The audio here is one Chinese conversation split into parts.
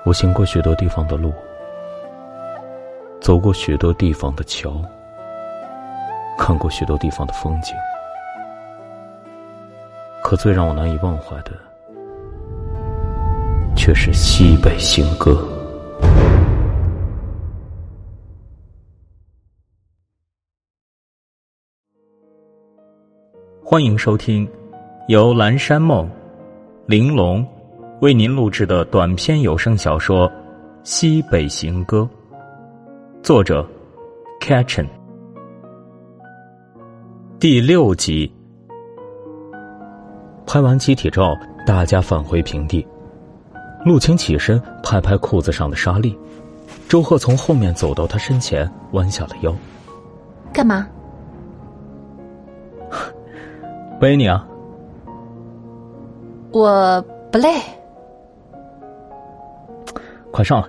我行过许多地方的路，走过许多地方的桥，看过许多地方的风景，可最让我难以忘怀的，却是西北行歌。 欢迎收听由蓝山梦玲珑为您录制的短篇有声小说《西北行歌》，作者 Catchen， 第6集。拍完集体照，大家返回平地。陆晴起身拍拍裤子上的沙粒，周贺从后面走到他身前，弯下了腰。 干嘛？ 背你啊。 我不累。 快上来。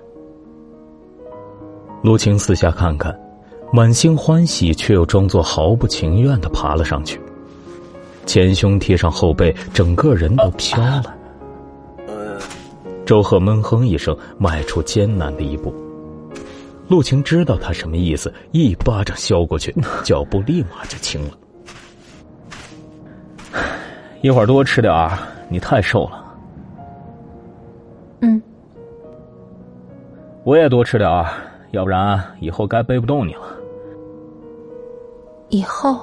陆晴四下看看，满心欢喜却又装作毫不情愿地爬了上去，前胸贴上后背，整个人都飘了。周贺闷哼一声，迈出艰难的一步。陆晴知道他什么意思，一巴掌削过去，脚步立马就轻了。一会儿多吃点儿，你太瘦了。我也多吃点儿，要不然以后该背不动你了。 以后？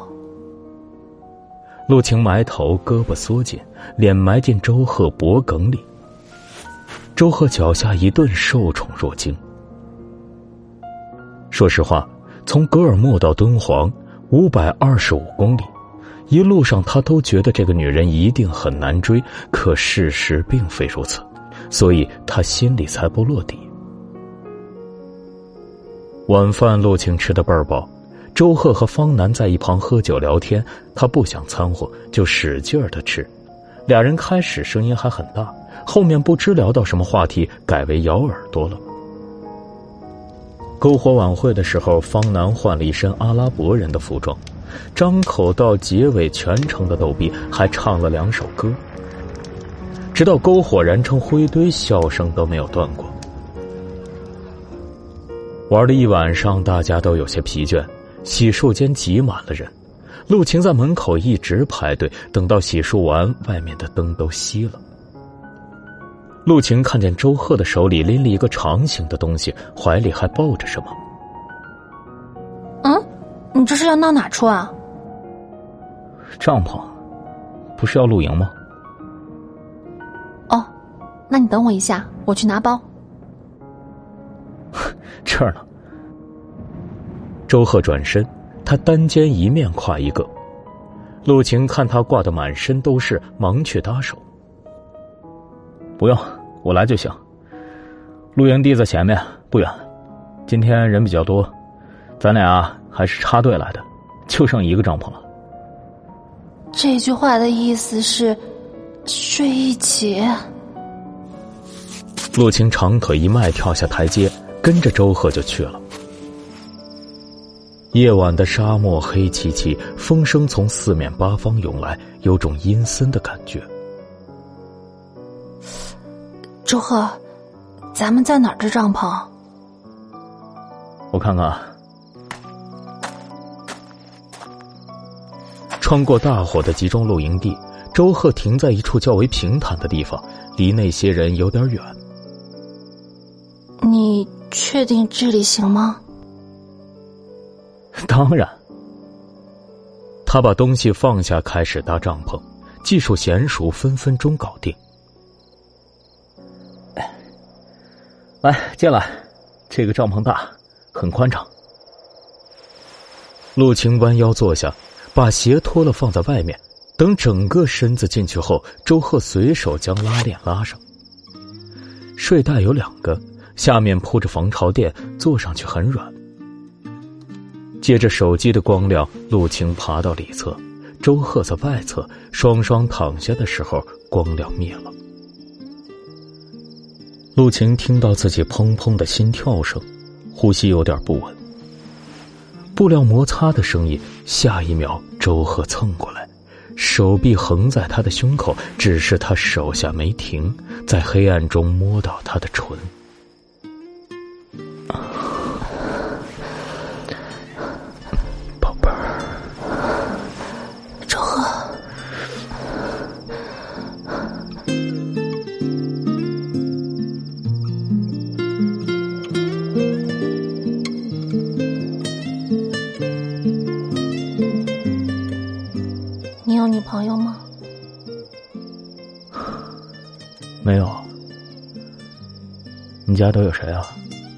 陆晴埋头，胳膊缩紧，脸埋进周贺脖梗里。周贺脚下一顿受宠若惊。说实话，从格尔木到敦煌525公里，一路上他都觉得这个女人一定很难追，可事实并非如此，所以他心里才不落地。晚饭陆晴吃得倍儿饱，周贺和方南在一旁喝酒聊天，他不想掺和，就使劲儿地吃。俩人开始声音还很大，后面不知聊到什么话题，改为咬耳朵了。篝火晚会的时候，方南换了一身阿拉伯人的服装，张口到结尾全程的逗逼，还唱了2首歌，直到篝火燃成灰堆，笑声都没有断过。玩了一晚上，大家都有些疲倦，洗漱间挤满了人。陆晴在门口一直排队，等到洗漱完，外面的灯都熄了。陆晴看见周贺的手里拎了一个长形的东西，怀里还抱着什么。 你这是要闹哪出啊？ 帐篷，不是要露营吗？ 哦，那你等我一下，我去拿包。 这儿呢。周贺转身，他单肩一面挎一个。陆晴看他挂得满身都是，忙去搭手。不用，我来就行。露营地在前面，不远。今天人比较多，咱俩还是插队来的，就剩一个帐篷了。 这句话的意思是睡一起？ 陆晴长腿一迈，跳下台阶，跟着周贺就去了。夜晚的沙漠黑漆漆，风声从四面八方涌来，有种阴森的感觉。 周贺，咱们在哪儿支帐篷？ 我看看啊。穿过大火的集中露营地，周贺停在一处较为平坦的地方，离那些人有点远。 你确定这里行吗？ 当然。他把东西放下，开始搭帐篷，技术娴熟，分分钟搞定。来，进来，这个帐篷大，很宽敞。陆晴弯腰坐下，把鞋脱了放在外面，等整个身子进去后，周贺随手将拉链拉上。睡袋有2个，下面铺着防潮垫，坐上去很软。借着手机的光亮，陆晴爬到里侧，周贺在外侧，双双躺下的时候，光亮灭了。陆晴听到自己砰砰的心跳声，呼吸有点不稳。布料摩擦的声音，下一秒周贺蹭过来，手臂横在他的胸口，只是他手下没停，在黑暗中摸到他的唇。 家都有谁啊？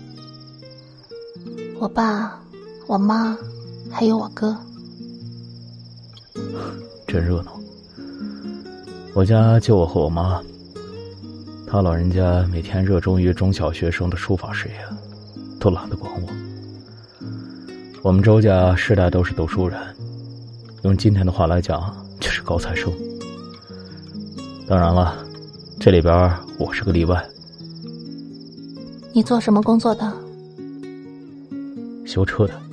我爸、我妈，还有我哥。 真热闹。我家就我和我妈，他老人家每天热衷于中小学生的书法事业，都懒得管我。我们周家世代都是读书人，用今天的话来讲，就是高材生。当然了，这里边我是个例外。 你做什么工作的？ 修车的。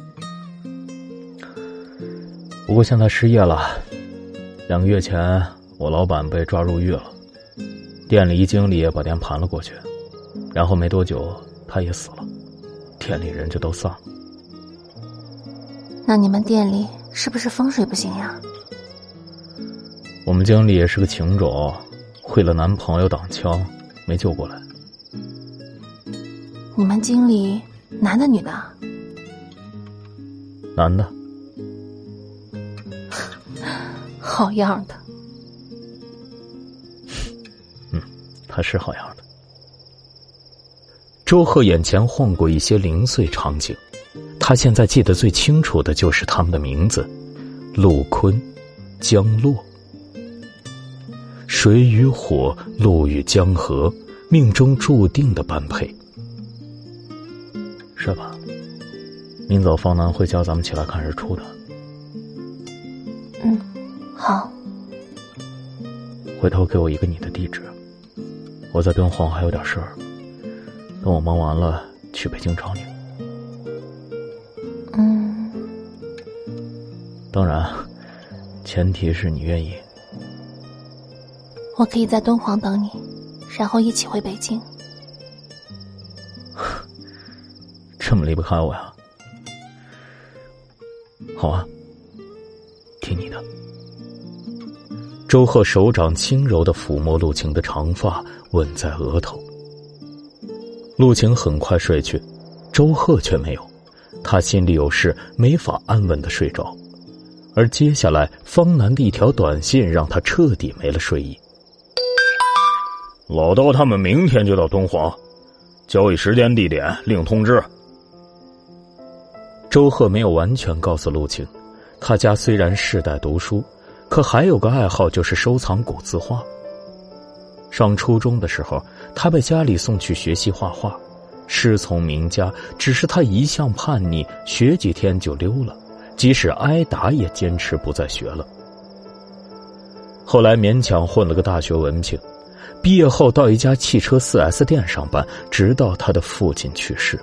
不过现在失业了，2个月前我老板被抓入狱了，店里一经理也把店盘了过去，然后没多久他也死了，店里人就都散了。 那你们店里是不是风水不行呀？ 我们经理是个情种，为了男朋友挡枪没救过来。 你们经理男的女的？ 男的。 好样的。 他是好样的。周贺眼前晃过一些零碎场景，他现在记得最清楚的就是他们的名字：陆坤、江洛。水与火，陆与江河，命中注定的般配。是吧？明早方南会叫咱们起来看日出的。 好。 回头给我一个你的地址，我在敦煌还有点事儿，等我忙完了去北京找你。当然，前提是你愿意。 我可以在敦煌等你，然后一起回北京。 这么离不开我呀？好啊，听你的。周贺手掌轻柔地抚摸陆晴的长发，吻在额头。陆晴很快睡去，周贺却没有，他心里有事，没法安稳地睡着。而接下来方南的一条短信让他彻底没了睡意。 老刀他们明天就到敦煌，交易时间地点另通知。 周贺没有完全告诉陆晴，他家虽然世代读书，可还有个爱好，就是收藏古字画。上初中的时候，他被家里送去学习画画，师从名家，只是他一向叛逆，学几天就溜了，即使挨打也坚持不再学了。后来勉强混了个大学文凭，毕业后到一家汽车 4S 店上班，直到他的父亲去世。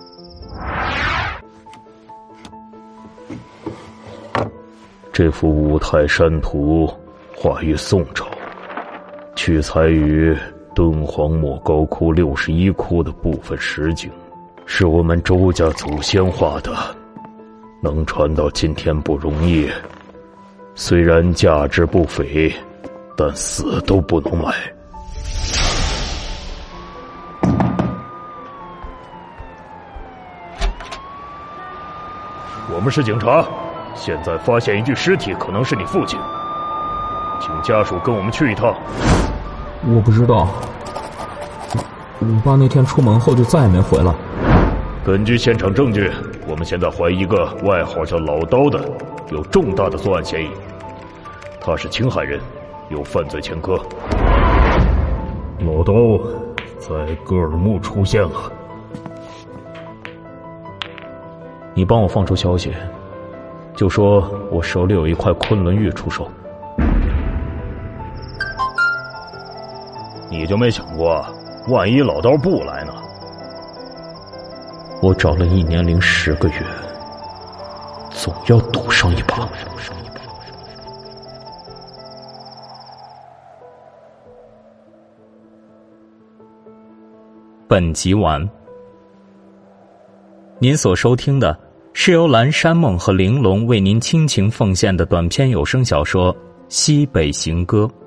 这幅五台山图画于宋朝，取材于敦煌莫高窟61窟的部分实景，是我们周家祖先画的，能传到今天不容易，虽然价值不菲，但死都不能买。我们是警察，现在发现一具尸体，可能是你父亲，请家属跟我们去一趟。 我不知道，我爸那天出门后就再也没回来。 根据现场证据，我们现在怀疑一个外号叫老刀的有重大的作案嫌疑，他是青海人，有犯罪前科。老刀在格尔木出现了。 你帮我放出消息，就说我手里有一块昆仑玉出手。 你就没想过，万一老刀不来呢？ 我找了1年零10个月，总要赌上一把。 本集完。您所收听的是由蓝山梦和玲珑为您倾情奉献的短篇有声小说《西北行歌》。